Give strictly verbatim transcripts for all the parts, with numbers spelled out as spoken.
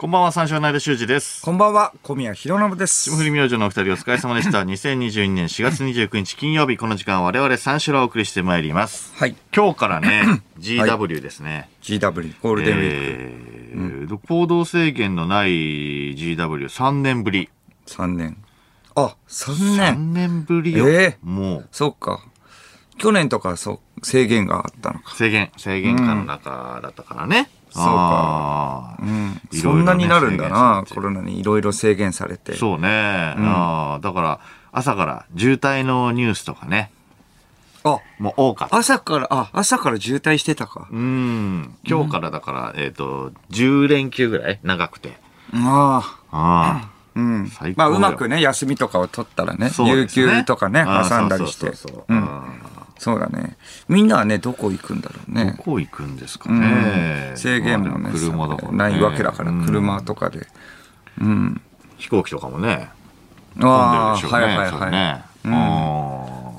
こんばんは、三四郎の間修二です。 こんばんは、小宮弘信です。 霜降り明星のお二人お疲れ様でした。にせんにじゅうにねんしがつにじゅうくにち金曜日、この時間我々三四郎をお送りしてまいります。 はい。 今日からね、ジーダブリュー ですね。はい、 ジーダブリュー、ゴールデンウィーク。 えーうん、行動制限のない ジーダブリューさん 年ぶり。 さんねん。あ、さんねん。 さんねんぶりよ。 えー、 もう。 そっか。去年とかそう、制限があったのか。 制限、制限下の中だったからね。 うん、そうか。うん。そんなになるんだな、コロナにいろいろ制限されて。 そうね。うん、あだから、朝から渋滞のニュースとかね。 あ、 もう多かった。 朝から、あ、朝から渋滞してたか。 うん。今日からだから、うん、えっと、じゅうれんきゅうぐらい長くて。 ああ。ああ。 うん。最高。まあ、うまくね、休みとかを取ったらね、ね有給とかね、挟んだりして。そうそうそうそう。うん。そうだね。みんなはね、どこ行くんだろうね。 どこ行くんですかね。 うん、制限もね、 車だからねないわけだから、車とかで。うん。 飛行機とかもね、 ああ、はいはいはい。 ね、 うん、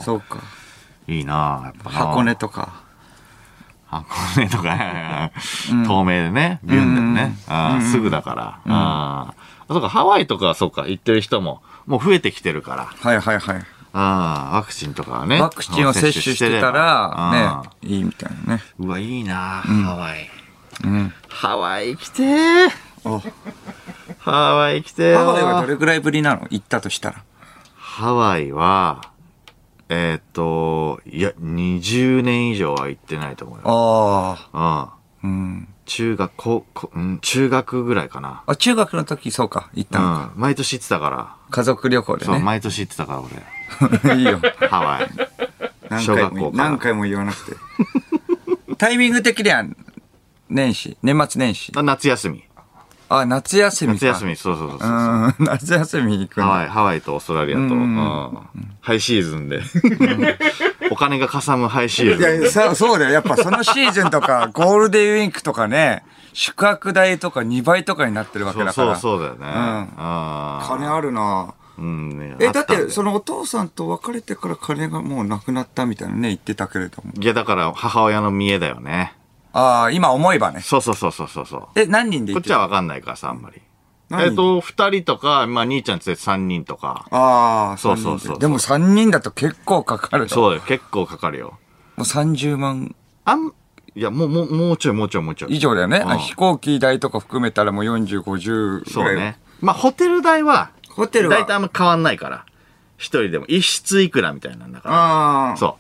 そうか。 いいなやっぱ箱根とか。 箱根とか、透明でね、ビュンでね、あすぐだから。ああ、そうか、ハワイとかはそうか、行ってる人も、もう増えてきてるから。 はいはいはい。 ああ、ワクチンとかはね。 ワクチンを接種してたら、ね、いいみたいなね。 うわ、いいなハワイ。うん。ハワイ来てー。ハワイ来てー。 ハワイはどれぐらいぶりなの？行ったとしたら。 ハワイは、えっと、いや、にじゅうねん以上は行ってないと思うよ。 ああ。 ああ。うん。中学、高校、うん、中学ぐらいかな。 あ、中学の時、そうか、行ったのか。 うん。毎年行ってたから。 家族旅行でね。 そう、毎年行ってたから、 俺。いいよ。 ハワイ。 小学校から。何回も言わなくて。タイミング的には、年始、年末年始。 夏休み。 あ、夏休みか。 夏休み、そうそうそうそう。 夏休み行くんだ。 ハワイ、ハワイとオーストラリアと、ハイシーズンで。お金がかさむハイシーズン。 いや、そう、そうだよ。やっぱそのシーズンとか、ゴールデンウィークとかね、宿泊代とかにばいとかになってるわけだから。 そうそうそうだよね。うん。 金あるなうんね。 え、だって、そのお父さんと別れてから金がもうなくなったみたいなね、言ってたけれども。 いや、だから母親の見栄だよね。 ああ、今思えばね。 そうそうそうそうそう。 え、何人で行ってこっちはわかんないからさ、あんまり。えっと、二人とか、まあ、兄ちゃんつれて三人とか。 ああ、 そうそうそう。 でも三人だと結構かかると。 そうだよ、結構かかるよ。 もうさんじゅうまん。 あん、いや、もう、もう、もうちょい、もうちょい、もうちょい。 以上だよね。うん、飛行機代とか含めたらもうよんじゅう、ごじゅうぐらい。 そうね。まあ、ホテル代は、 ホテルは大体あんま変わんないから。一人でも、一室いくらみたいなんだから。 ああ。 そう。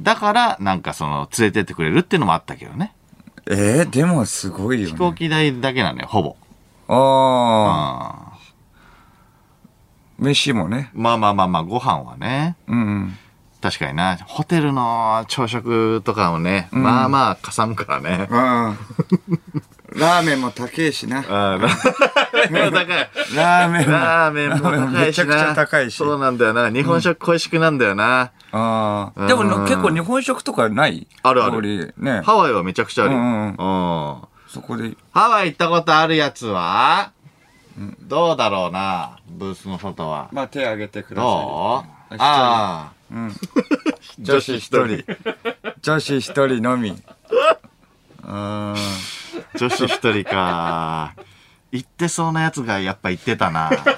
だから、なんかその、連れてってくれるっていうのもあったけどね。 えー、でもすごいよね。 飛行機代だけなのよ、ほぼ。 ああ。飯もね。 まあまあまあまあ、ご飯はね。 うん、うん。 確かにな。ホテルの朝食とかもね、うん、まあまあかさむからね。 うん。ラーメンも高いしな。 ああ、ラーメンも高い。 ラーメンも。 ラーメンも高いしな。 めちゃくちゃ高いし。 そうなんだよな。日本食恋しくなんだよな。 うん、ああ。でも結構日本食とかないあるある。 ね。 ハワイはめちゃくちゃあるよ。うんうん。そこで。 ハワイ行ったことあるやつは、うん、どうだろうな、ブースの外は。 まあ手挙げてください。 どう？ああ。 うん。女子一人。女子一人のみ。うん。 女子一人か。行ってそうなやつがやっぱ行ってたな。行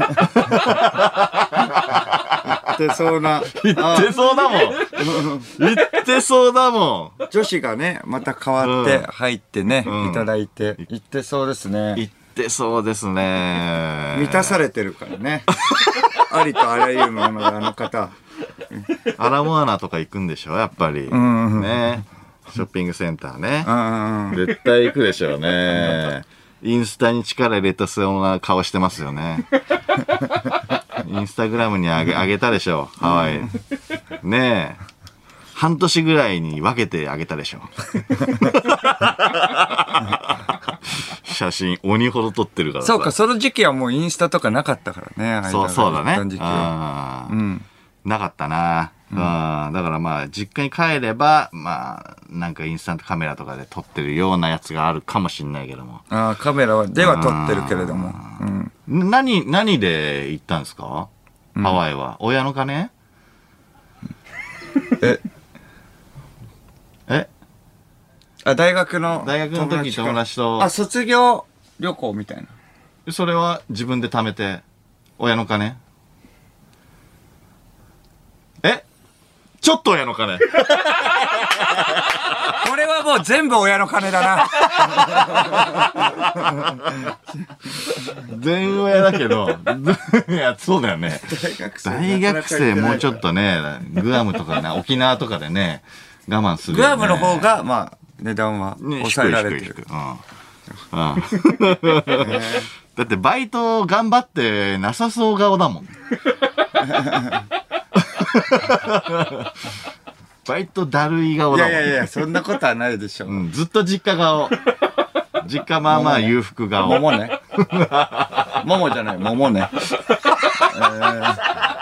ってそうな。 行ってそうだもん。行ってそうだもん。 女子がね、また変わって入ってね、うん、いただいて。行ってそうですね。 行ってそうですね。 満たされてるからね。ありとあらゆるものがあの方。 アラモアナとか行くんでしょやっぱり。うんうん、ね。ショッピングセンターね。うんうん、絶対行くでしょうね。インスタに力入れたそうな顔してますよね。インスタグラムにあげ、あげたでしょハワイ。ねえ。半年ぐらいに分けてあげたでしょ写真鬼ほど撮ってるからさ。 そうか、その時期はもうインスタとかなかったからね。 そう、そうだね。 うん。 なかったな。うん、だからまあ、実家に帰れば、まあ、なんかインスタントカメラとかで撮ってるようなやつがあるかもしれないけども。 ああ、カメラでは撮ってるけれども。 うん、何、何で行ったんですか、うん、ハワイは。親の金ええあ、大学の。 大学の時友達と。 あ、卒業旅行みたいな。 それは自分で貯めて、親の金えちょっと親の金これはもう全部親の金だな。 全親だけど、いや、そうだよね。大学生もうちょっとね、グアムとかね、沖縄とかでね、我慢する、ね。 グアムの方が、まあ、値段は抑えられてる。 だってバイト頑張ってなさそう顔だもん。バイトだるい顔だもん。 いやいやいや、そんなことはないでしょ。 うん、ずっと実家顔。実家まあまあ裕福顔。 桃ね。桃じゃない、桃ね。えー、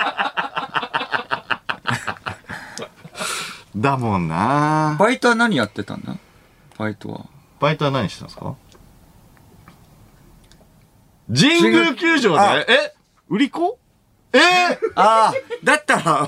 だもんな。 バイトは何やってたんだ？バイトは。 バイトは何してたんですか？神宮球場でえ売り子えー、 ああ、だったら、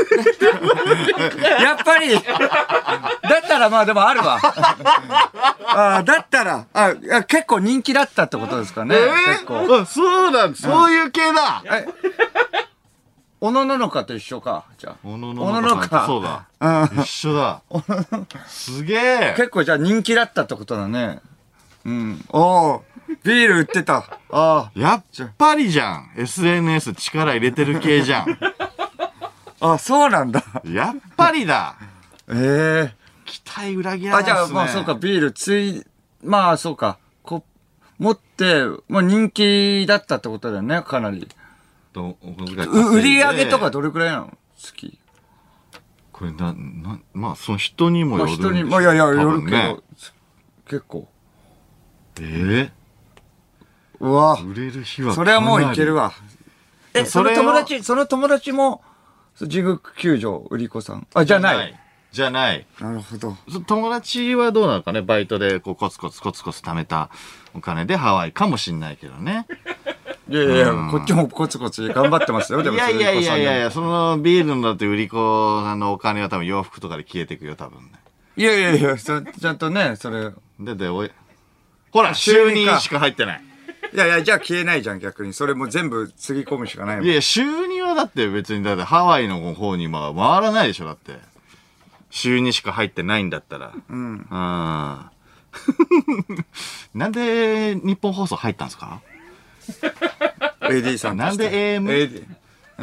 やっぱり、だったらまあでもあるわ。ああ、だったら、あ結構人気だったってことですかね。 えー、 結構。 あ、そうだ、そういう系だ。 えおのののかと一緒か。じゃあ。 おのののか。そうだ。一緒だ。すげえ。 結構じゃあ人気だったってことだね。うん。おお。ビール売ってた。ああ。 やっぱりじゃん。エスエヌエス 力入れてる系じゃん。 あ、そうなんだ。 やっぱりだ。 ええー。 期待裏切らないですね。 あ、じゃあまあそうか、ビールつい、まあそうか。こ持って、まあ人気だったってことだよね、かなり。 と売り上げとかどれくらいなの？月。 これな、な、まあその人にもよるんでしょ。 まあ人に、まあいやいや、よるけど、結構。 ええうわ売れる日はそれはもういけるわ。え、その友達、その友達も、神宮球場、売り子さん。あ、じゃない。 じゃない。 なるほど。 友達はどうなのかね、バイトでこうコツコツコツコツ貯めたお金でハワイかもしんないけどね。 いやいやいや、こっちもコツコツ頑張ってますよ、でも。 いやいやいやいやいや、そのビールのだって売り子さんのお金は多分洋服とかで消えていくよ、多分ね。 いやいやいや、ちゃんとね、それ。 で、で、おい、ほら、収入しか入ってない。 いやいや、じゃあ消えないじゃん、逆に。それも全部つぎ込むしかないもん。 いやいや、収入はだって別に、だってハワイの方にまあ回らないでしょ、だって。収入しか入ってないんだったら。うん。あなんで日本放送入ったんですか？ エーディー さんとして。 なんで エーエム？ エーディー。うん。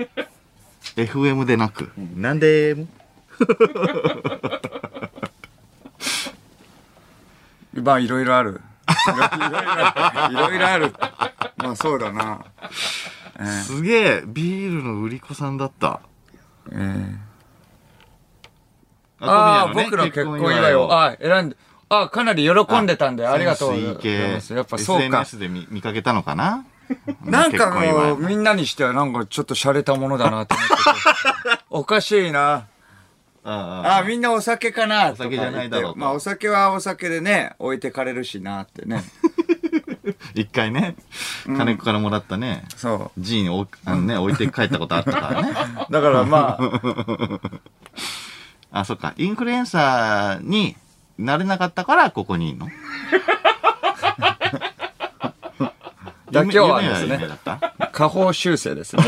エフエム でなく。なんで エーエム？ まあ、いろいろある。いろいろある。まあ、そうだな。 えー、すげえ、ビールの売り子さんだった。えー、 ああ、ね、僕の結婚祝いを、あ選んで、あかなり喜んでたんで、ありがとうございます。やっぱそうか。 エスエヌエス で 見, 見かけたのかななんかもう、みんなにしてはなんかちょっと洒落たものだなって思ってて。おかしいな。ああ、みんなお酒かなとか。お酒じゃないだろう。まあお酒はお酒でね、置いてかれるしなってね。 一回ね、金子からもらったね、うん、そう。ジーンをあの、ね、置いて帰ったことあったからね。 だからまあ。あ、そっか。インフルエンサーになれなかったからここにいるのだ今日はですね、下方修正ですね。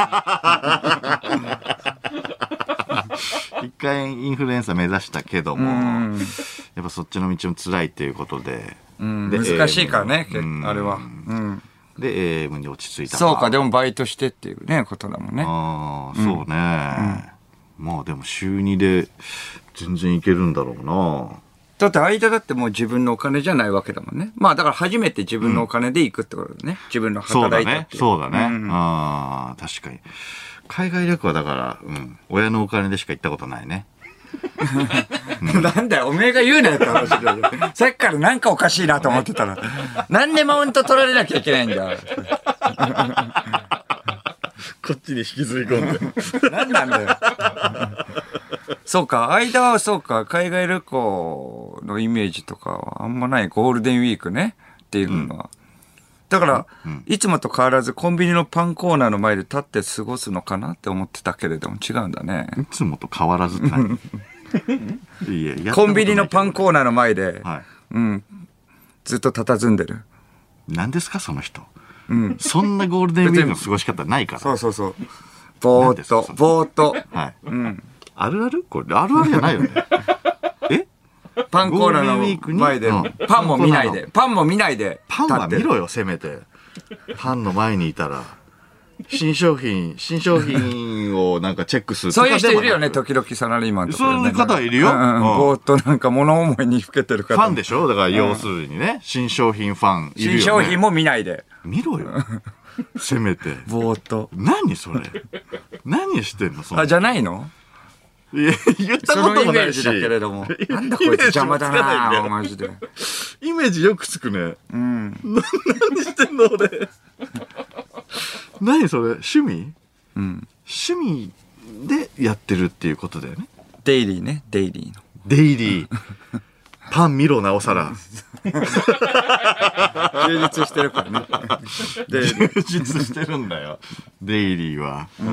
一回インフルエンサー目指したけども、やっぱそっちの道も辛いっていうことで、 で難しいからね、あれは。 で、エーエム に落ち着いた。 そうか、でもバイトしてっていうね、ことだもんね。 ああ、そうね。まあでも週にで全然いけるんだろうな。 だって間だってもう自分のお金じゃないわけだもんね。まあだから初めて自分のお金で行くってことだね。自分の働いたっていう。 そうだね。そうだね。ああ、確かに。海外旅行はだから、うん、親のお金でしか行ったことないね。 なんだよ、おめえが言うなよって話だよ。さっきからなんかおかしいなと思ってたら。なんでマウント取られなきゃいけないんだ。 こっちに引きずり込んで。 なんなんだよ。そうか、間はそうか、海外旅行のイメージとかはあんまない。ゴールデンウィークねっていうのは。うん、だから、うん、いつもと変わらずコンビニのパンコーナーの前で立って過ごすのかなって思ってたけれども違うんだね。 いつもと変わらずって何いやコンビニのパンコーナーの前で、はい、うん、ずっと佇んでる。 何ですかその人。うん。そんなゴールデンウィークの過ごし方ないから。 そうそうそう。ぼーっと、ぼーっと。 はい。うん。あるあるこれ、あるあるじゃないよね。えパンコーナーの前で、パンも見ないで。パンも見ないで。 パンは見ろよ、せめて。パンの前にいたら。新商品、新商品をなんかチェックする。 そういう人いるよね、時々サラリーマンとか。 そういう方いるよ。ぼーっとなんか物思いにふけてる方。 ファンでしょだから要するにね、新商品ファンいるよね。 新商品も見ないで。 見ろよ。せめて。 ぼーっと。 何それ何してんのそあ、じゃないのいや、言ったこともないし。 そのイメージだけれども。なんだこいつ邪魔だなマジで。 イメージよくつくね。うん。何してんの俺。何それ趣味、うん、趣味でやってるっていうことだよね。 デイリーね、デイリーの。 デイリー。パン見ろなおさら。 充実してるからね。 充実してるんだよ。デイリーは。うん、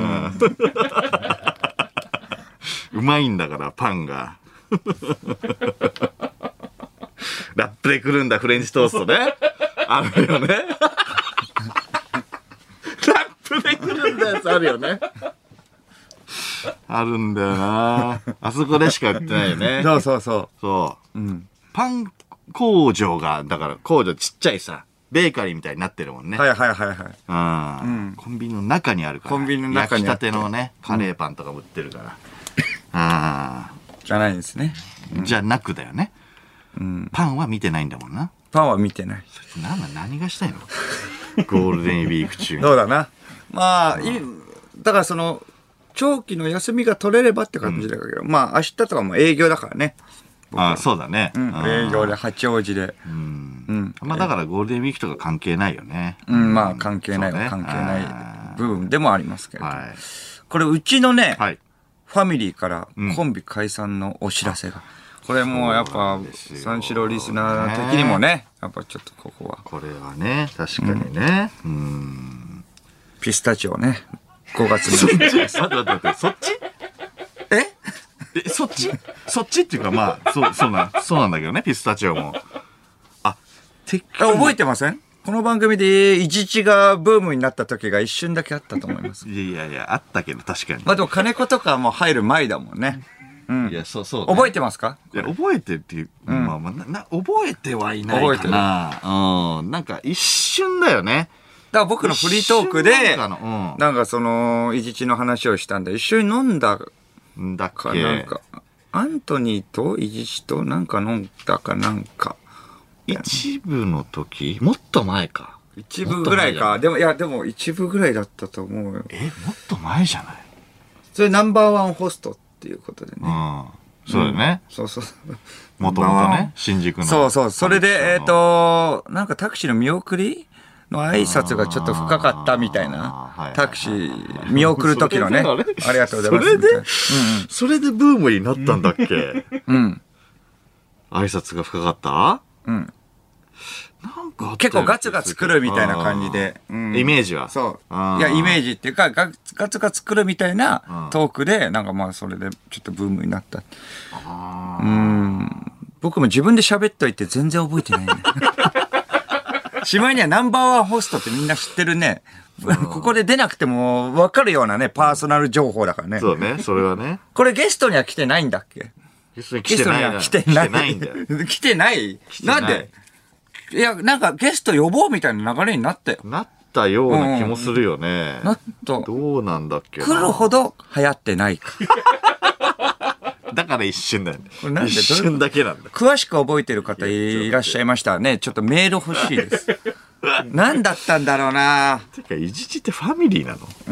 うまいんだからパンが。ラップでくるんだフレンチトーストね。あるよね。でくるんだやつあるよね。あるんだよな。あそこでしか売ってないよね。 そうそうそう。 そう。うん。パン工場が、だから工場ちっちゃいさ、ベーカリーみたいになってるもんね。 はいはいはいはい。 うん。コンビニの中にあるから。 コンビニの中に焼きたてのね、カレーパンとか売ってるから。ああ。 じゃないんですね。 じゃなくだよね。うん。パンは見てないんだもんな。 パンは見てない。 なんだ、何がしたいのゴールデンウィーク中に。 そうだな。まあ、いだからその、長期の休みが取れればって感じだけど、うん、まあ明日とかも営業だからね。 ああ、そうだね。 うん、営業で八王子で。うん。 うん、まあだからゴールデンウィークとか関係ないよね。 うん、まあ関係ないは、ね、関係ない部分でもありますけど。はい、これうちのね、はい、ファミリーからコンビ解散のお知らせが。うん、これもうやっぱ、三四郎リスナー的にもね、やっぱちょっとここは。 これはね、確かにね。うん。うんピスタチオね。ごがつに。 そっち待って待って待って。そっちええ、そっちそっちっていうかまあ、そう、そうな、そうなんだけどね、ピスタチオも。あ、 て覚えてませんこの番組でイジチがブームになった時が一瞬だけあったと思います。 いやいやいや、あったけど確かに。 まあでも金子とかも入る前だもんね。 うん。いや、そうそう、 ね。覚えてますかいや、覚えてっていう、うん、まあまあな、な、覚えてはいないかな。覚えてる。うん。なんか一瞬だよね。 だから僕のフリートークで、うん、なんかその、イジチの話をしたんだ。一緒に飲んだんだっけなんか、アントニーとイジチとなんか飲んだかなんか。 一部の時もっと前か。 一部ぐらいか。でも、いや、でも一部ぐらいだったと思うよ。 え、もっと前じゃないそれナンバーワンホストっていうことでね。 うん。そうだよね。 うん、そうそう。 もともとね、新宿の。 そうそう。それで、えっと、なんかタクシーの見送りの挨拶がちょっと深かったみたいな。タクシー見送る時のね。ありがとうございます。 それで、うんうん、それでブームになったんだっけうん。挨拶が深かったうん。なんか結構ガツガツ来るみたいな感じで。 うん、イメージはそう。いや、イメージっていうか、ガツガツガツ来るみたいなトークで、なんかまあそれでちょっとブームになった。うん。僕も自分で喋っといて全然覚えてないね。しまいにはナンバーワンホストってみんな知ってるね。ここで出なくても分かるようなね、パーソナル情報だからね。 そうね、それはね。 これゲストには来てないんだっけゲストに来てない。 来てない。 来てないんだよ。 来てないなんでいや、なんかゲスト呼ぼうみたいな流れになったよ。 なったような気もするよね。 うん、なった。 どうなんだっけ来るほど流行ってないか。 だから一瞬だよね。一瞬だけなんだ。 詳しく覚えてる方いらっしゃいましたらね、ちょっとメール欲しいです。何だったんだろうな。 てか、イジチってファミリーなの？うん。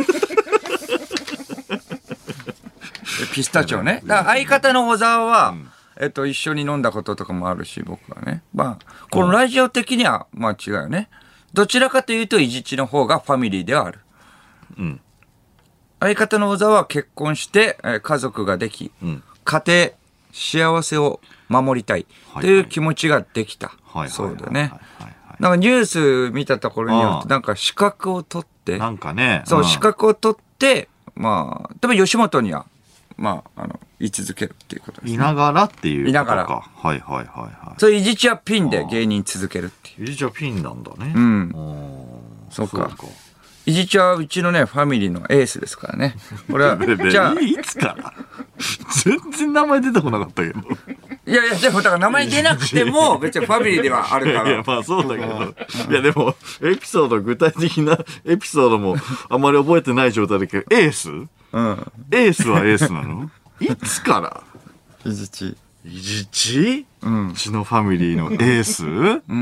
ピスタチオね。だから相方の小沢は、うん、えっと、一緒に飲んだこととかもあるし、僕はね。まあ、このラジオ的には、まあ違うよね。どちらかというと、イジチの方がファミリーではある。うん。相方の小沢は結婚して、えー、家族ができ、うん、家庭、幸せを守りたいという気持ちができた。はいはい、そうだね。なんかニュース見たところによると、なんか資格を取って、 なんかね。 そう、資格を取って、まあ、でも吉本には、まあ、あの、 居続けるっていうことです、ね。 いながらっていうことか。 いながら。 はいはいはいはい。 それ、いじちはピンで芸人続けるっていう。 いじちはピンなんだね。 うん。 そそうか。いじちはうちのね、ファミリーのエースですからね。これは、 じゃあ。いつから全然名前出てこなかったけど。 いやいや、でもだから名前出なくても、別にファミリーではあるから。 いや、まあそうだけど。いや、でも、エピソード、具体的なエピソードもあまり覚えてない状態だけど、エースうん。エースはエースなのいつからいじち。 いじちうん。うちのファミリーのエースうん。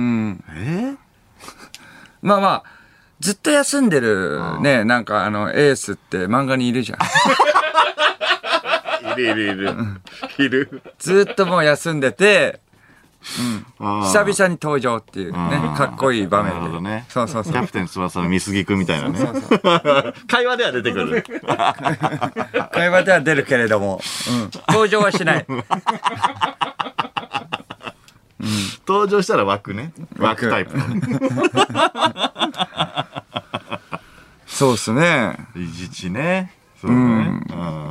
えまあまあ、ずっと休んでるね、なんかあの、エースって漫画にいるじゃん。 いるいるいる。いる。 ずっともう休んでて、うん、久々に登場っていうね、かっこいい場面で。 なるほどね。 そうそうそう。 キャプテン翼の美杉くんみたいなね。そうそう会話では出てくる。 会話では出るけれども、うん、登場はしない。 うん、登場したら枠ね。枠タイプのね。 そうっすね。 いじちね。そうね。うん。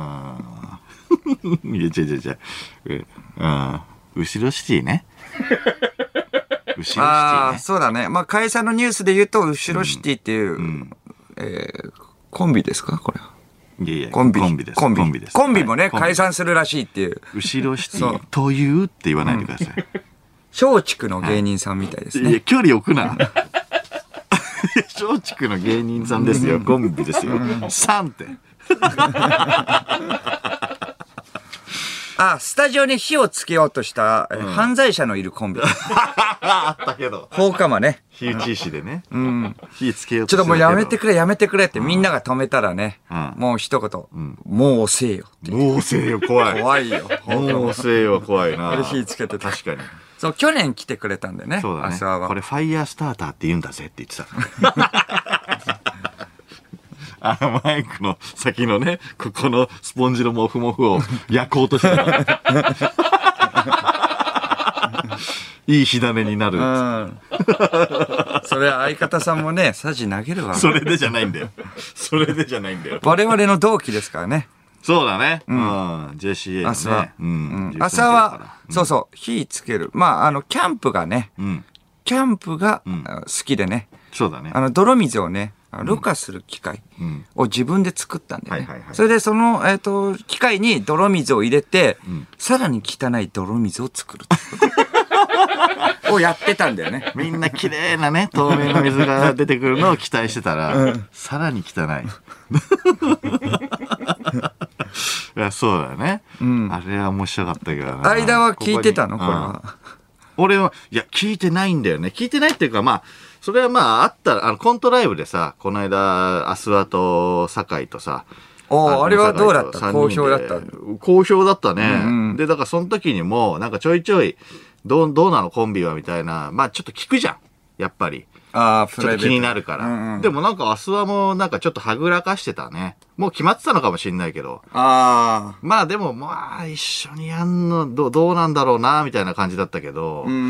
いや、違う違う違う。うん。後ろシティね。後ろシティね。ああ、 そうだね。まあ、会社のニュースで言うと、後ろシティっていう、うん、えー、コンビですかこれは。 いやいや、 コンビ。 コンビです。 コンビ。 コンビです。 コンビもね、はい、解散するらしいっていう。 後ろシティというって言わないでください。 松竹の芸人さんみたいですね。 いや、距離置くな。松竹の芸人さんですよ。コンビですよ。さんって。 あ、スタジオに火をつけようとした、うん、犯罪者のいるコンビ。 あったけど。 放火魔ね。 火打ち石でね。うん。火つけようとした。ちょっともうやめてくれ、やめてくれってみんなが止めたらね。うん、もう一言、うん。もう遅えよって。 もう遅えよ、怖い。 怖いよ。 もう遅えよ、怖いな。 これ火つけてた。 確かに。 そう、去年来てくれたんでね。 そうだね。 朝は。 これファイヤースターターって言うんだぜって言ってた。あのマイクの先のね、ここのスポンジのモフモフを焼こうとしてた。いい火種になる。うん。 それ相方さんもね、サジ投げるわ。 それでじゃないんだよ。それでじゃないんだよ。 我々の同期ですからね。 そうだね。うん。ジェーシーエー ね。 朝は。うん。朝は、そうそう、火つける。まあ、あの、キャンプがね、キャンプが好きでね。 そうだね。 あの、泥水をね、ろ過する機械を自分で作ったんだよね。それでその、えっと、機械に泥水を入れて、さらに汚い泥水を作る。をやってたんだよね。 みんな綺麗なね、透明な水が出てくるのを期待してたら、うん、さらに汚い。いや、そうだよね。うん、あれは面白かったけどな。 間は聞いてたのこれは。 俺は、いや、聞いてないんだよね。聞いてないっていうか、まあ、それはまあ、あったら、あの、コントライブでさ、この間、アスワと酒井とさ、 あ, あれはどうだった好評だった好評だったね。うんうん、で、だからその時にも、なんかちょいちょい、どう、どうなのコンビはみたいな、まあちょっと聞くじゃん。やっぱり。 ああ、 ちょっと気になるから。うんうん、でもなんかアスワもなんかちょっとはぐらかしてたね。もう決まってたのかもしんないけど。 ああ。 まあでもまあ一緒にやんの、どう、どうなんだろうな、みたいな感じだったけど、うん、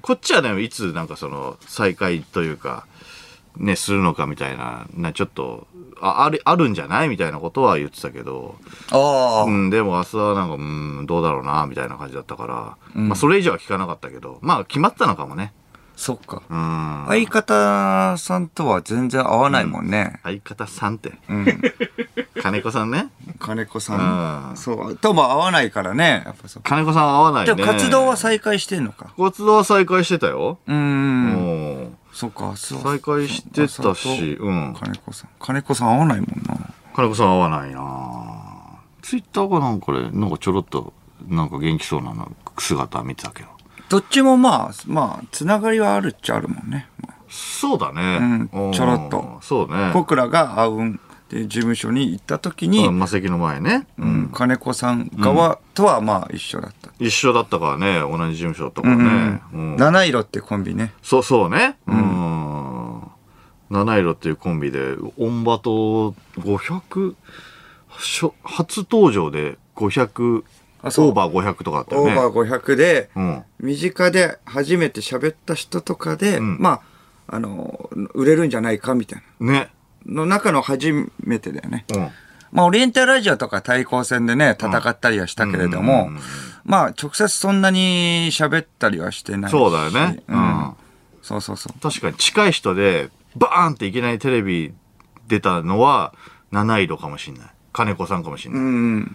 こっちはね、いつなんかその再会というか、ね、するのかみたいな、なちょっと、あ、ある、あるんじゃないみたいなことは言ってたけど、 ああ。 うん、でも明日はなんか、うん、どうだろうな、みたいな感じだったから、うん、まあそれ以上は聞かなかったけど、まあ決まったのかもね。 そっか。 うん。 相方さんとは全然合わないもんね。 うん、相方さんって。うん。金子さんね。 金子さん。うん。そう。とも合わないからね。やっぱそう。 金子さん合わないね。 じゃあ活動は再開してんのか。 活動は再開してたよ。 うん。そっか。 再開してたし、うん。 金子さん。金子さん合わないもんな。 金子さん合わないな。ツイッターがなんかこれ、なんかちょろっと、なんか元気そうな姿見てたけど。 どっちもまあ、まあ、つながりはあるっちゃあるもんね。 そうだね。 うん、ちょろっと。 そうね。 僕らが会うんで事務所に行った時に、 魔石の前ね。 うん。金子さん側とはまあ一緒だった。 一緒だったからね。同じ事務所だったからね。 七色ってコンビね。 そうそうね。うん。七色っていうコンビで、オンバトごひゃく、初登場でごひゃく、オーバーごひゃくとかだったよね。 オーバーごひゃくで、うん、身近で初めて喋った人とかで、うん、まあ、あの、売れるんじゃないかみたいな。 ね。 の中の初めてだよね。 うん。 まあ、オリエンタルラジオとか対抗戦でね、戦ったりはしたけれども、まあ、直接そんなに喋ったりはしてないし。 そうだよね。 うん。そうそうそう。 確かに近い人で、バーンっていきなりテレビ出たのは、七色かもしんない。金子さんかもしんない。うん。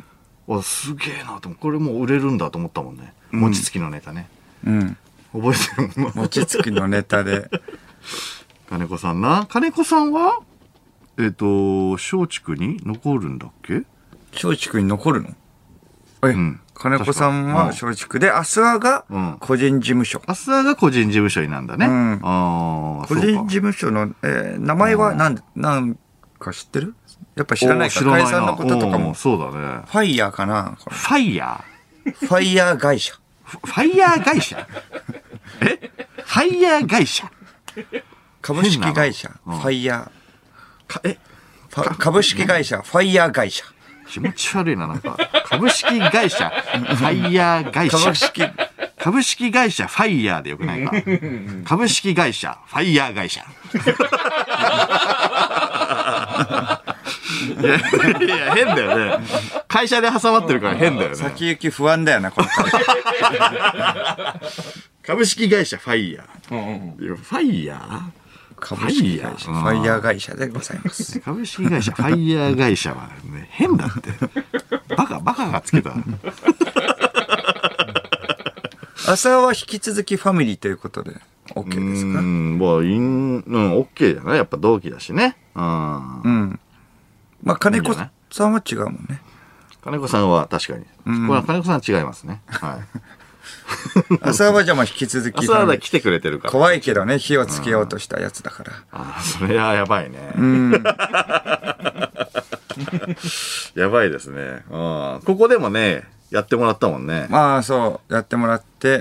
わ、すげえなと思う。これもう売れるんだと思ったもんね。うん、餅つきのネタね。うん。覚えてるもん。 餅つきのネタで。 金子さんな。金子さんはえっ、ー、と、松竹に残るんだっけ？ 松竹に残るの？え、うん、金子さんは松竹で、アスワが個人事務所。 アスワが個人事務所になんだね。うん、 あ個人事務所の、えー、名前は何、なんか知ってる？やっぱ知らないか。 知らないな。 解散のこととかも。 そうだね。 ファイヤーかな？ ファイヤーファイヤー会社。 ファイヤー会社えファイヤー会社株式会社、ファイヤー。かえ株式会社、ファイヤー会社。 気持ち悪いな、なんか。株式会社、ファイヤー会社。 株式、 株式会社、ファイヤーでよくないか。株式会社、ファイヤー会社。いや、いや、変だよね。会社で挟まってるから変だよね。 先行き不安だよな、この会社。 株式会社、ファイヤー。ファイヤー株式会社、ファイヤー会社でございます。 株式会社、ファイヤー会社はね、変だって。バカ、バカがつけた。 朝は引き続きファミリーということで、OK ですか？ うん、まあ、いん、うん、OK じゃない？やっぱ同期だしね。うん。 うん。まあ、金子さんは違うもんね。 金子さんは確かに。これは金子さんは違いますね。はい。 朝はじゃあまあ引き続き。 朝は来てくれてるから。 怖いけどね、火をつけようとしたやつだから。 ああ、それはやばいね。うん。やばいですね。ここでもね、やってもらったもんね。 まあそう、やってもらって、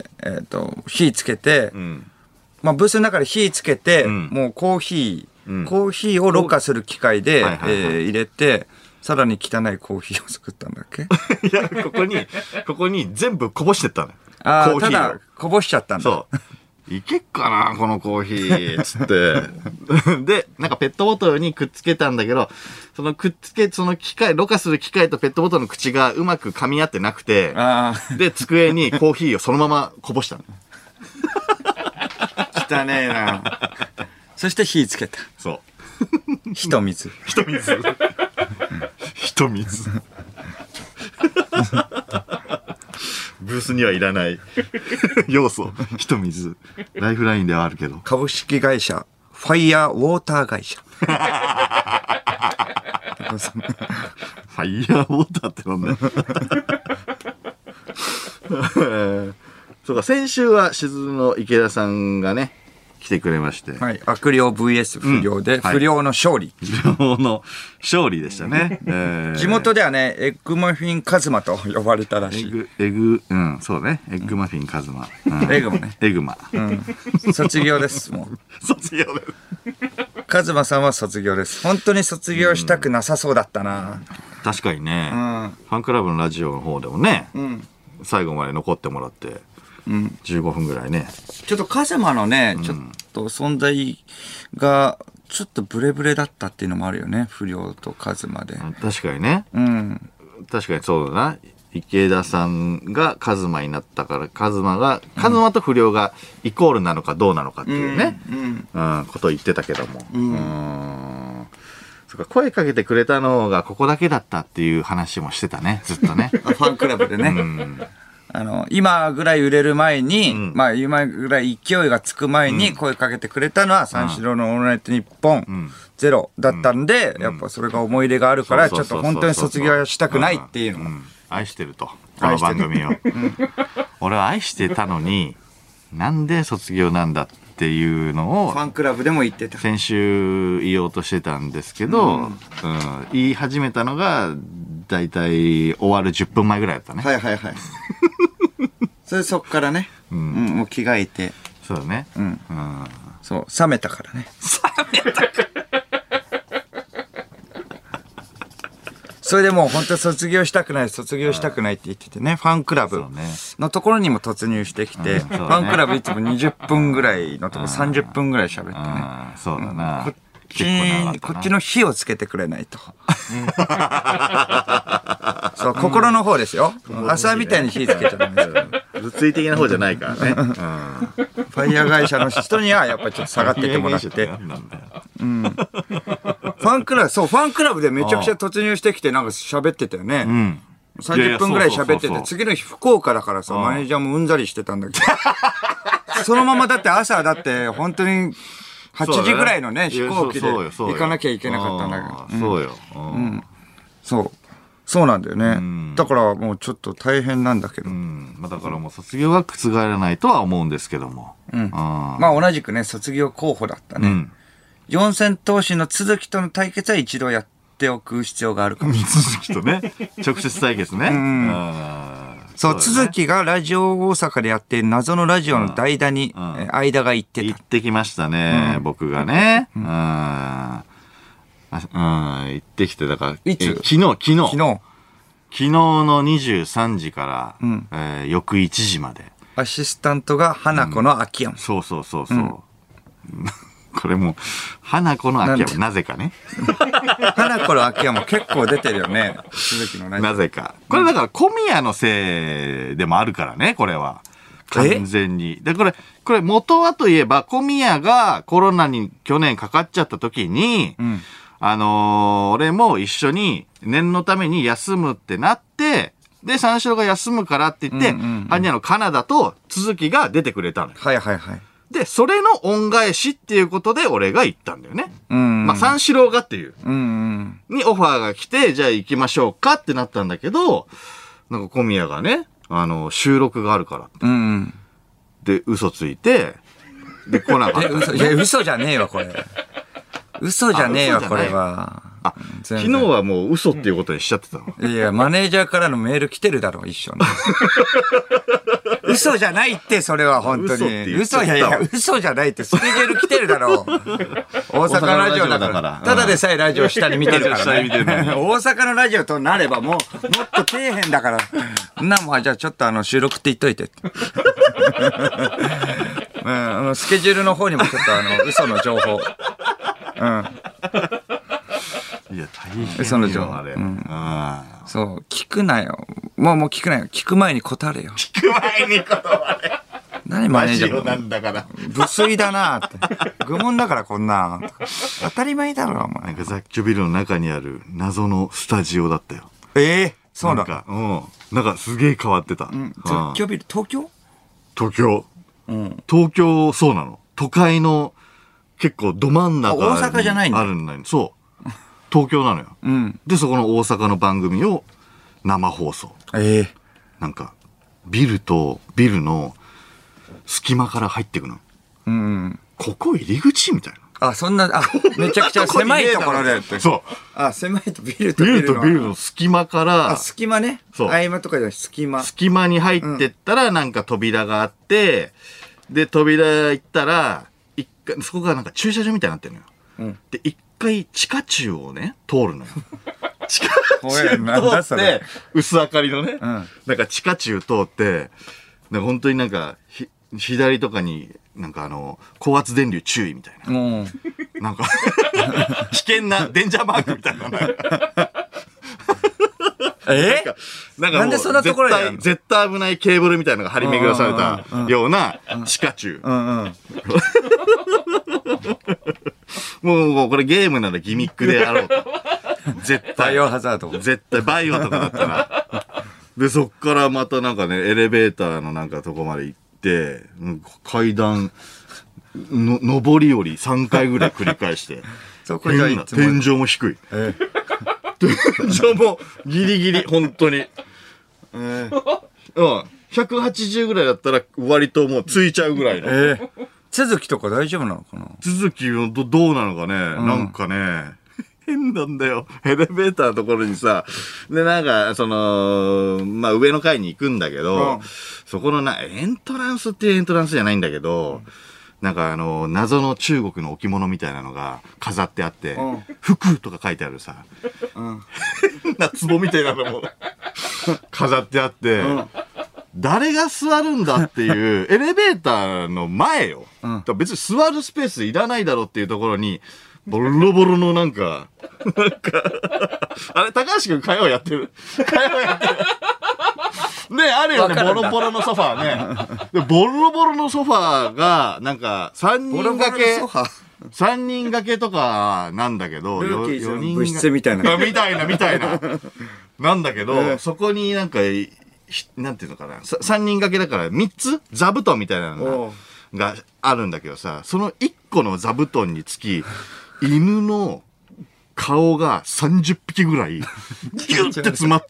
えっと、火つけて、うん、まあブースの中で火つけて、うん、もうコーヒー、うん、コーヒーをろ過する機械で、はいはいはい、えー、入れて、さらに汚いコーヒーを作ったんだっけ？ いや、ここに、ここに全部こぼしてったのよ。 ああ、ただ、こぼしちゃったんだ。 そう。いけっかな、このコーヒー、つって。で、なんかペットボトルにくっつけたんだけど、そのくっつけ、その機械、ろ過する機械とペットボトルの口がうまく噛み合ってなくて、で、机にコーヒーをそのままこぼしたの。 汚ねえな。そして火つけた。 そう。 人水。 人水。人水。ブースにはいらない要素。人水。ライフラインではあるけど。 株式会社、ファイヤーウォーター会社。ファイヤーウォーターってなんだよ。そうか、先週はしずの池田さんがね、来てくれまして。 はい。悪霊 ブイエス 不良で、うん、不良の勝利。 不良の勝利でしたね。 えー、地元ではね、エッグマフィンカズマと呼ばれたらしい。 エグ、エグ、うん、そうね。エッグマフィンカズマ。 うん、エグマね。 エグマ。 うん。卒業です、もう。卒業です。 カズマさんは卒業です。本当に卒業したくなさそうだったな。うん、 確かにね、うん。ファンクラブのラジオの方でもね、うん、最後まで残ってもらって。うん、じゅうごふんぐらいね。 ちょっとカズマのね、うん、ちょっと存在がちょっとブレブレだったっていうのもあるよね。不良とカズマで。 確かにね。うん。確かにそうだな。池田さんがカズマになったから、カズマが、カズマと不良がイコールなのかどうなのかっていうね、うんうんうん、ことを言ってたけども。うん。うんそか声かけてくれたのがここだけだったっていう話もしてたね、ずっとね。 ファンクラブでね。うんあの、今ぐらい売れる前に、うん、まあ今ぐらい勢いがつく前に声かけてくれたのは、三四郎のオールナイトニッポンゼロだったんで、うん、やっぱそれが思い入れがあるから、ちょっと本当に卒業したくないっていうの。うん、 愛してると、この番組を。うん、俺は愛してたのに、なんで卒業なんだっていうのを、 ファンクラブでも言ってた。 先週言おうとしてたんですけど、うんうん、言い始めたのが、だいたい終わるじゅっぷんまえぐらいだったね。 はいはいはい。それそっからね、うん、うん、もう着替えて。 そうだね。うん。うん、 そう、冷めたからね。 冷めたからそれでもう本当卒業したくない、卒業したくないって言っててね、ファンクラブのところにも突入してきて、ね、ファンクラブいつもにじゅっぷんぐらいのところさんじゅっぷんぐらい喋ってね。 そうだな。 ちに、こっちの火をつけてくれないと。そう、心の方ですよ。朝みたいに火つけちゃダメです。 物理的な方じゃないからね。うん、ファイヤー会社の人にはやっぱりちょっと下がっててもらって。うん、ファンクラブ、そう、ファンクラブでめちゃくちゃ突入してきてなんか喋ってたよね。うん、さんじゅっぷんぐらい喋ってて、次の日福岡だからさ、マネージャーもうんざりしてたんだけど。そのままだって朝だって本当にはちじぐらいのね、飛行機で行かなきゃいけなかったんだけど。 そうよ。 うん。そう。そうなんだよね。だからもうちょっと大変なんだけど。うん。 まあだからもう卒業は覆らないとは思うんですけども。 うん。まあ同じくね、卒業候補だったね。うん、四千頭身の都築との対決は一度やっておく必要があるかもしれない。 都築とね、直接対決ね。うん。 そう、都築がラジオ大阪でやっている謎のラジオの代打に、間が行ってた。 行ってきましたね、僕がね。うん。うん、行ってきて、だから、 いつ昨日、昨日。 昨日。 昨日のにじゅうさんじから、うんえー、翌いちじまで。 アシスタントが花子の秋山、うん。 そうそうそうそう。うん、これも、花子の秋山、なぜかね。 花子の秋山結構出てるよね。鈴木のなぜか。これだから小宮のせいでもあるからね、これは。完全に。で、これ、これ元はといえば、小宮がコロナに去年かかっちゃった時に、うんあのー、俺も一緒に念のために休むってなって、で、三四郎が休むからって言って、ハニャのカナダと続きが出てくれたのよ。 はいはいはい。 で、それの恩返しっていうことで俺が行ったんだよね。うんうん、まあ、三四郎がっていう。うんうん、にオファーが来て、じゃあ行きましょうかってなったんだけど、なんか小宮がね、あの、収録があるからって。うんうん、で、嘘ついて、で、来なかった、ね。 え、嘘、いや、嘘じゃねえわ、これ。嘘じゃねえわ、これは。 あ、昨日はもう嘘っていうことにしちゃってたの。 いや、マネージャーからのメール来てるだろ、一緒に。嘘じゃないって、それは本当に。嘘、いやいや、嘘じゃないって、スケジュール来てるだろ。大阪ラジオだから。ただでさえラジオ下に見てるからね。大阪のラジオとなればもう、もっと底辺だから。な、もう、じゃあちょっとあの、収録って言っといて。うん、あのスケジュールの方にもちょっとあの、嘘の情報。うん。 いや、大変その情報あれ。うん。 そう、聞くなよ。もう、もう聞くなよ。聞く前に答れよ。 聞く前に答れ。 何マネージャーなんだから。 無粋だなって。愚問だからこんな。当たり前だろ、お前。 なんか雑居ビルの中にある謎のスタジオだったよ。 ええー、そうなんか、うん。なんかすげえ変わってた。うん、 雑居ビル、東京？ 東京。うん。東京、そうなの。都会の、結構ど真ん中に大阪じゃないんだ。 あるんだよ。そう。東京なのよ。うん。で、そこの大阪の番組を生放送。ええー。なんか、ビルとビルの隙間から入ってくの。うん。ここ入り口みたいな。あ、そんな、あ、めちゃくちゃ狭いところで。 そう。 あ、狭いとビルとビルの。 ビルとビルの隙間から。 あ、隙間ね。そう。合間とかじゃない、隙間。 隙間に入ってったら、なんか扉があって、で、扉行ったら、一回、そこがなんか駐車場みたいになってるのよ。うん、で、一回地下駐をね、通るのよ。地下駐通って、薄明かりのね、うん、なんか地下駐通って、なんか本当になんか、ひ、左とかに、なんかあの、高圧電流注意みたいな。うん、なんか、危険なデンジャーマークみたいな。 えなんかなんでそんなところに絶対、絶対危ないケーブルみたいなのが張り巡らされたような地下駐。もう、もうこれゲームならギミックでやろうと。絶対。 バイオハザード。 絶対バイオとかだったら。で、そっからまたなんかね、エレベーターのなんかとこまで行って、階段、の、上り下りさんかいぐらい繰り返して。 そこじゃいつも天井も低い。ええ天井もギリギリ、本当に。えー、うん。ひゃくはちじゅうぐらいだったら割ともうついちゃうぐらいの。えー、 続きとか大丈夫なのかな？ 続きどどうなのかね、うん、なんかね、変なんだよ。エレベーターのところにさ、で、なんか、その、まあ、上の階に行くんだけど、うん、そこのな、エントランスっていうエントランスじゃないんだけど、うんなんかあの、謎の中国の置物みたいなのが飾ってあって、うん、服とか書いてあるさ、うん、変な壺みたいなのも飾ってあって、うん、誰が座るんだっていう、エレベーターの前よ。うん、別に座るスペースいらないだろうっていうところに、 ボロボロのなんか、なんか、あれ、高橋くん火曜やってる火曜やってるね、あるよね、ボロボロのソファーね。でボロボロのソファーが、なんか、さんにん掛け、さんにん掛けとかなんだけど、 よにん。物質みたいな。 みたいな、みたいな。なんだけど、えー、そこになんか、なんていうのかな、さんにん掛けだからみっつ座布団みたいなのがあるんだけどさ、そのいっこの座布団につき、犬の顔がさんじゅっぴきぐらい、ギュッて詰まった。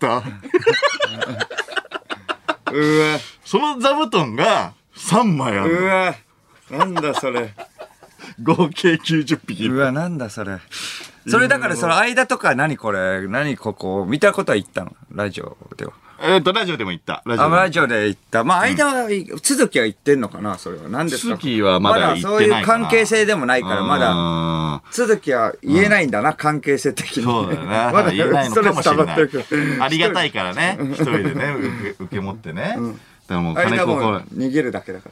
うわ。 その座布団がさんまいある。 うわ。なんだそれ。 合計きゅうじゅっぴき。 うわ、なんだそれ。それだからその間とか何これ、何ここ、見たことは言ったのラジオでは。 えっと、ラジオでも言った。 ラジオで。ラジオで言った。まあ、間は、続きは言ってんのかなそれは。何ですか続きはまだ言ってないかな。 まだそういう関係性でもないから、まだ、続きは言えないんだな、関係性的に。 そうだよね。まだ言えないのかもしれない。ありがたいからね。一人でね、受け持ってね。だからもう金子これ。 逃げるだけだから。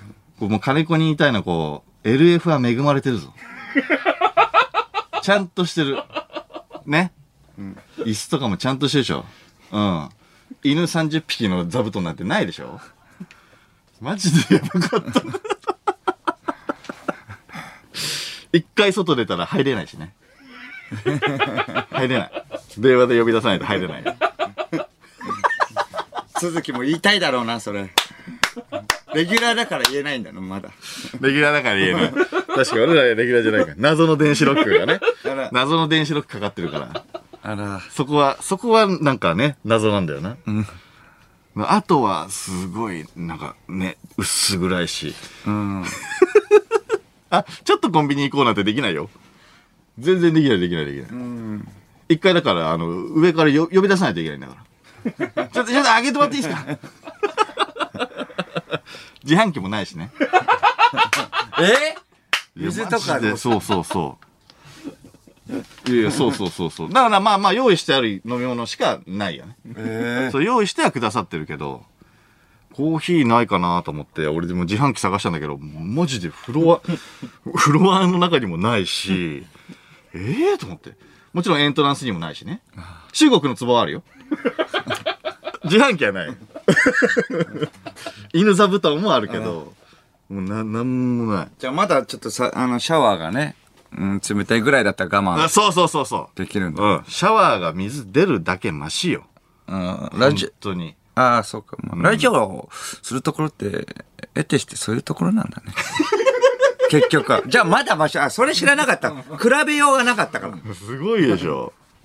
もう金子に言いたいのはこう、エルエフ は恵まれてるぞ。ちゃんとしてる。ね。椅子とかもちゃんとしてるでしょ。うん。犬さんじゅっぴきの座布団なんてないでしょ。マジでやばかった。一回外出たら入れないしね。入れない。電話で呼び出さないと入れない。 続きも言いたいだろうな、それ。レギュラーだから言えないんだの、まだ。 レギュラーだから言えない。確かに俺らレギュラーじゃないから。謎の電子ロックがね。謎の電子ロックかかってるから。 あら。 そこは、そこはなんかね、謎なんだよな。うん。あとは、すごい、なんかね、薄暗いし。うん。あ、ちょっとコンビニ行こうなんてできないよ。全然できない、できない、できない。うん。一回だから、あの、上からよ呼び出さないといけないんだから。ちょっと、ちょっと上げてもらっていいですか。自販機もないしね。 え水とかで。 そうそうそう。いやいや、そうそうそうそう。だからまあまあ、用意してある飲み物しかないよね。えー、そう、用意してはくださってるけど、コーヒーないかなと思って、俺でも自販機探したんだけど、マジでフロア、フロアの中にもないし、ええー、と思って。もちろんエントランスにもないしね。中国の壺はあるよ。自販機はない。犬座布団もあるけど、もうな、なんもない。 じゃあまだちょっとさ、あの、シャワーがね、うん、冷たいぐらいだったら我慢。 そうそうそうそう。 できるんだ。 うん。シャワーが水出るだけマシよ。 うん。ラジオ。 本当に。 ああ、そうか。まあ、ラジオをするところって、得てしてそういうところなんだね。結局は。じゃあまだ場所、あ、それ知らなかった。比べようがなかったから。 すごいでしょ。 うん。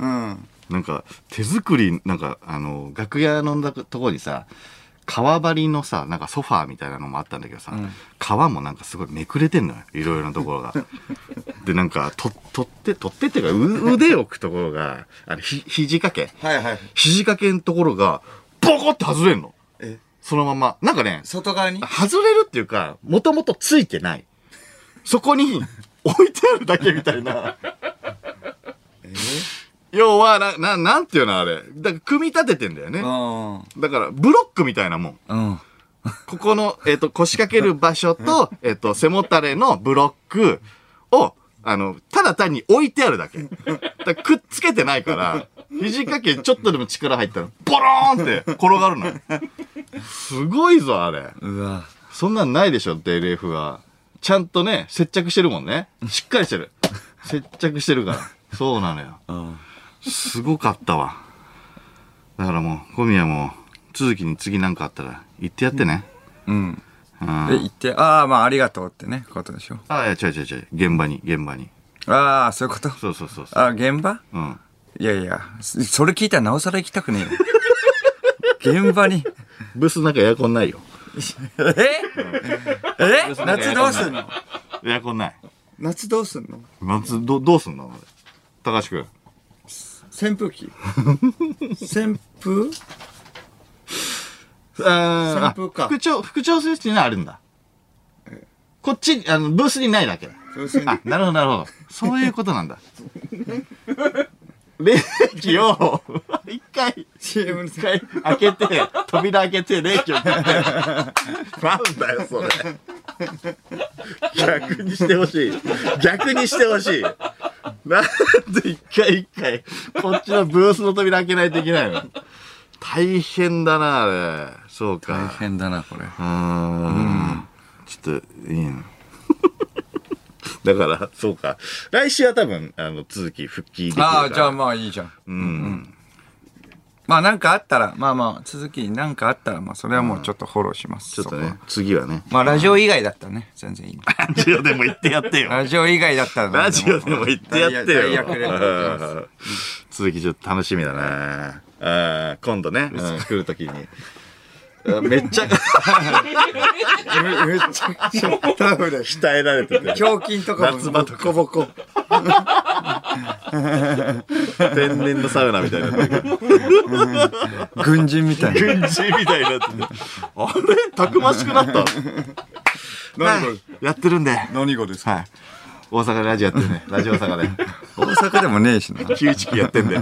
なんか、手作り、なんか、あの、楽屋のとこにさ、革張りのさ、なんかソファーみたいなのもあったんだけどさ、うん、革もなんかすごいめくれてんのよ。いろいろなところが。で、なんか、と、取って、取ってっていうか、腕を置くところが、あの、ひ、肘掛け。 はいはい。 肘掛けのところが、ボコって外れんの。えそのまま。なんかね、 外側に外れるっていうか、もともとついてない。そこに置いてあるだけみたいな。え要は、な、な、なんていうのあれ。だから、組み立ててんだよね。だから、ブロックみたいなもん。うん、ここの、えっ、ー、と、腰掛ける場所と、えっ、ー、と、背もたれのブロックを、あの、ただ単に置いてあるだけ。だからくっつけてないから、肘掛けちょっとでも力入ったら、ボローンって転がるの。すごいぞ、あれ。 うわ。 そんなんないでしょ、エルエフ は。ちゃんとね、接着してるもんね。しっかりしてる。接着してるから。そうなのよ。うんすごかったわ。だからもう、小宮も、続きに次なんかあったら、言ってやってね。 うん。うん、え、言って、ああ、まあ、ありがとうってね、ことでしょ。 ああ、いや、違う違う違う。現場に、現場に。 ああ、そういうことそうそうそうそう。 ああ、現場うん。 いやいや、それ聞いたらなおさら行きたくねえよ。現場に。 ブースなんかエアコンないよ。 え、うん、え夏どうすんのエアコンない。 夏どうすんの夏ど、どうすんの高橋くん。 扇風機扇風あ扇風か。副調、副調整室にはあるんだ。こっち、あの、ブースにないだけだ。あ、なるほど、なるほど。そういうことなんだ。冷気を、一回、一回開けて、扉開けて、冷気を切って。なんだよ、それ。逆にしてほしい。逆にしてほしい。 なんで一回一回、こっちのブースの扉開けないといけないの。大変だな、あれ。そうか。 大変だな、これ。 うーん。ちょっと、いいの。だから、そうか。来週は多分、あの、続き復帰できるから。 ああ、じゃあまあいいじゃん。 うん。うん、 まあなんかあったら、まあまあ続きになんかあったら、まあそれはもうちょっとフォローします。 ちょっとね、次はね。 まあラジオ以外だったらね、全然いい。 ラジオでも言ってやってよ。 ラジオ以外だったらラジオでも言ってやってよ。 代役で続きちょっと楽しみだな。あ今度ね、うん、来るときに。めっちゃ、めっちゃくちゃタフで鍛えられてて。 胸筋とかも夏場とかボコ。天然のサウナみたいになってる。 軍人みたいな。 軍人みたいになってて。あれたくましくなった何語やってるんで。 何語ですか？ はい。大阪でラジオやってるね。ラジオ大阪で。 大阪でもねえしな。 きゅういちきやってんで。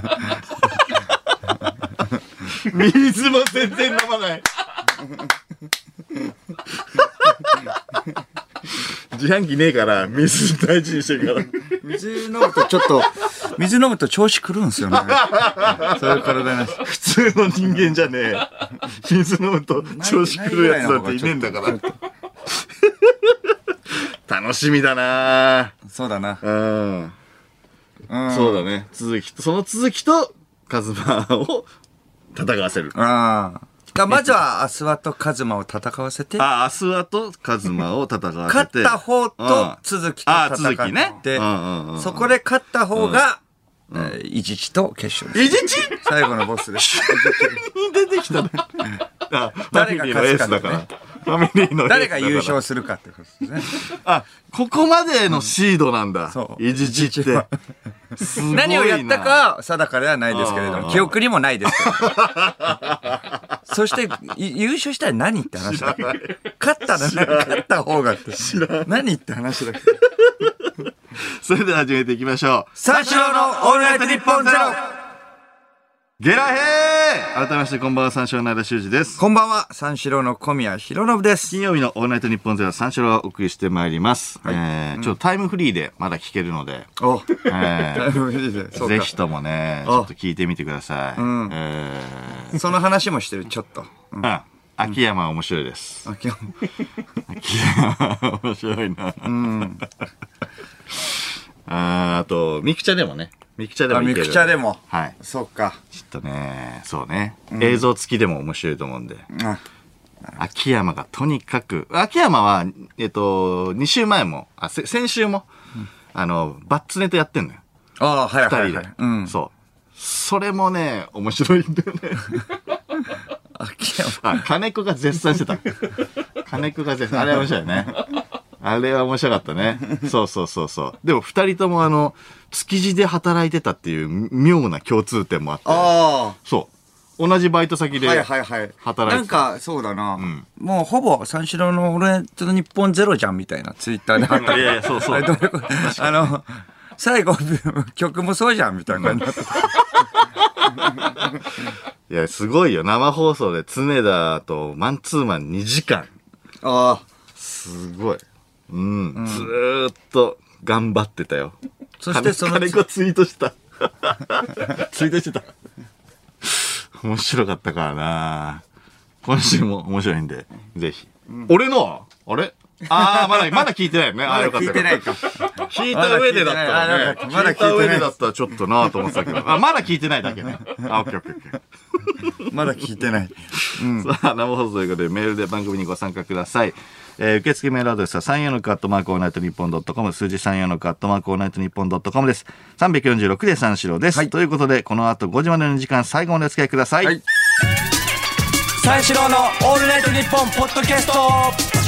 水も全然飲まない。自販機ねえから水大事にしてるから。 水飲むとちょっと水飲むと調子狂うんすよね。そういう体なし。 普通の人間じゃねえ。水飲むと調子狂うやつなんていねえんだから。楽しみだな。 そうだな。 うん。うん、そうだね。続きとその続きとカズマを戦わせる。 ああ。まずはアスワとカズマを戦わせて。 ああ、アスワとカズマを戦わせて。 勝った方と続きと戦って。ああ、続きね。で、そこで勝った方が、うんえー、イジチと決勝です。 イジチ最後のボスです。 出てきたね。あ、誰が勝つかだから。ファミリーの誰が優勝するかってことですね。 あ、ここまでのシードなんだ。そう。イジチって。 何をやったか定かではないですけれども、記憶にもないですけど。そして、優勝したら何って話だ。勝ったら何勝った方がって。何って話だけど。 それでは始めていきましょう。 三四郎のオールナイトニッポンゼロゲラヘー改めましてこんばんは、三四郎の間修二です。 こんばんは、三四郎の小宮浩信です。 金曜日のオールナイトニッポンゼロ三四郎をお送りしてまいります。はい、えーうん、ちょっとタイムフリーでまだ聞けるので、おえー、タイムフリーでぜひともね、ちょっと聞いてみてください。うんえー、その話もしてる、ちょっと。 うん、秋山面白いです。 秋山秋山面白いな。うん、あ, あと、ミクチャでもね。ミクチャでもいける。 ミクチャでも。 はい。 そっか。 ちょっとね、そうね。うん、映像付きでも面白いと思うんで。うん、秋山がとにかく、秋山は、えっと、に週前も、あ、せ先週も、うん、あの、バッツネタやってんのよ。 ああ、はいはいはい。 二人で。うん。そう。それもね、面白いんだよね。 秋山。 あ、金子が絶賛してた。金子が絶賛。あれは面白いね。あれは面白かったね。そうそうそうそう。でも二人ともあの、築地で働いてたっていう妙な共通点もあって。ああ。そう。同じバイト先で働いてた。はいはいはい。 なんか、そうだな。うん、もうほぼ三四郎のオールナイトニッポンゼロじゃんみたいなツイッターであった。 いやいや、そうそう。 あの、最後、曲もそうじゃんみたいな感じだった。 いや、すごいよ。生放送で常田とマンツーマンにじかん。 ああ。 すごい。うん、うん、ずーっと頑張ってたよ。 そしてその金子ツイートしたツイートしてた面白かったからな。今週も面白いんでぜひ、うん、俺のあれああまだまだ聞いてないよね。 まだ聞いてないか。 聞いた上でだったらね。まだ聞いた上でだったらちょっとなと思ってたけど、あまだ聞いてないだけね。あオッケーオッケーオッケー。まだ聞いてない。 うん、さあ生放送ということでメールで番組にご参加ください。えー、受付メールアドレスはさんよんろくアットマークオールナイトニッポンドットコム、数字さんよんろくアットマークオールナイトニッポンドットコムです。さんびゃくよんじゅうろくで三四郎です、はい。ということでこの後ごじまでの時間最後までお付き合いください。はい、 三四郎のオールナイトニッポンポッドキャスト。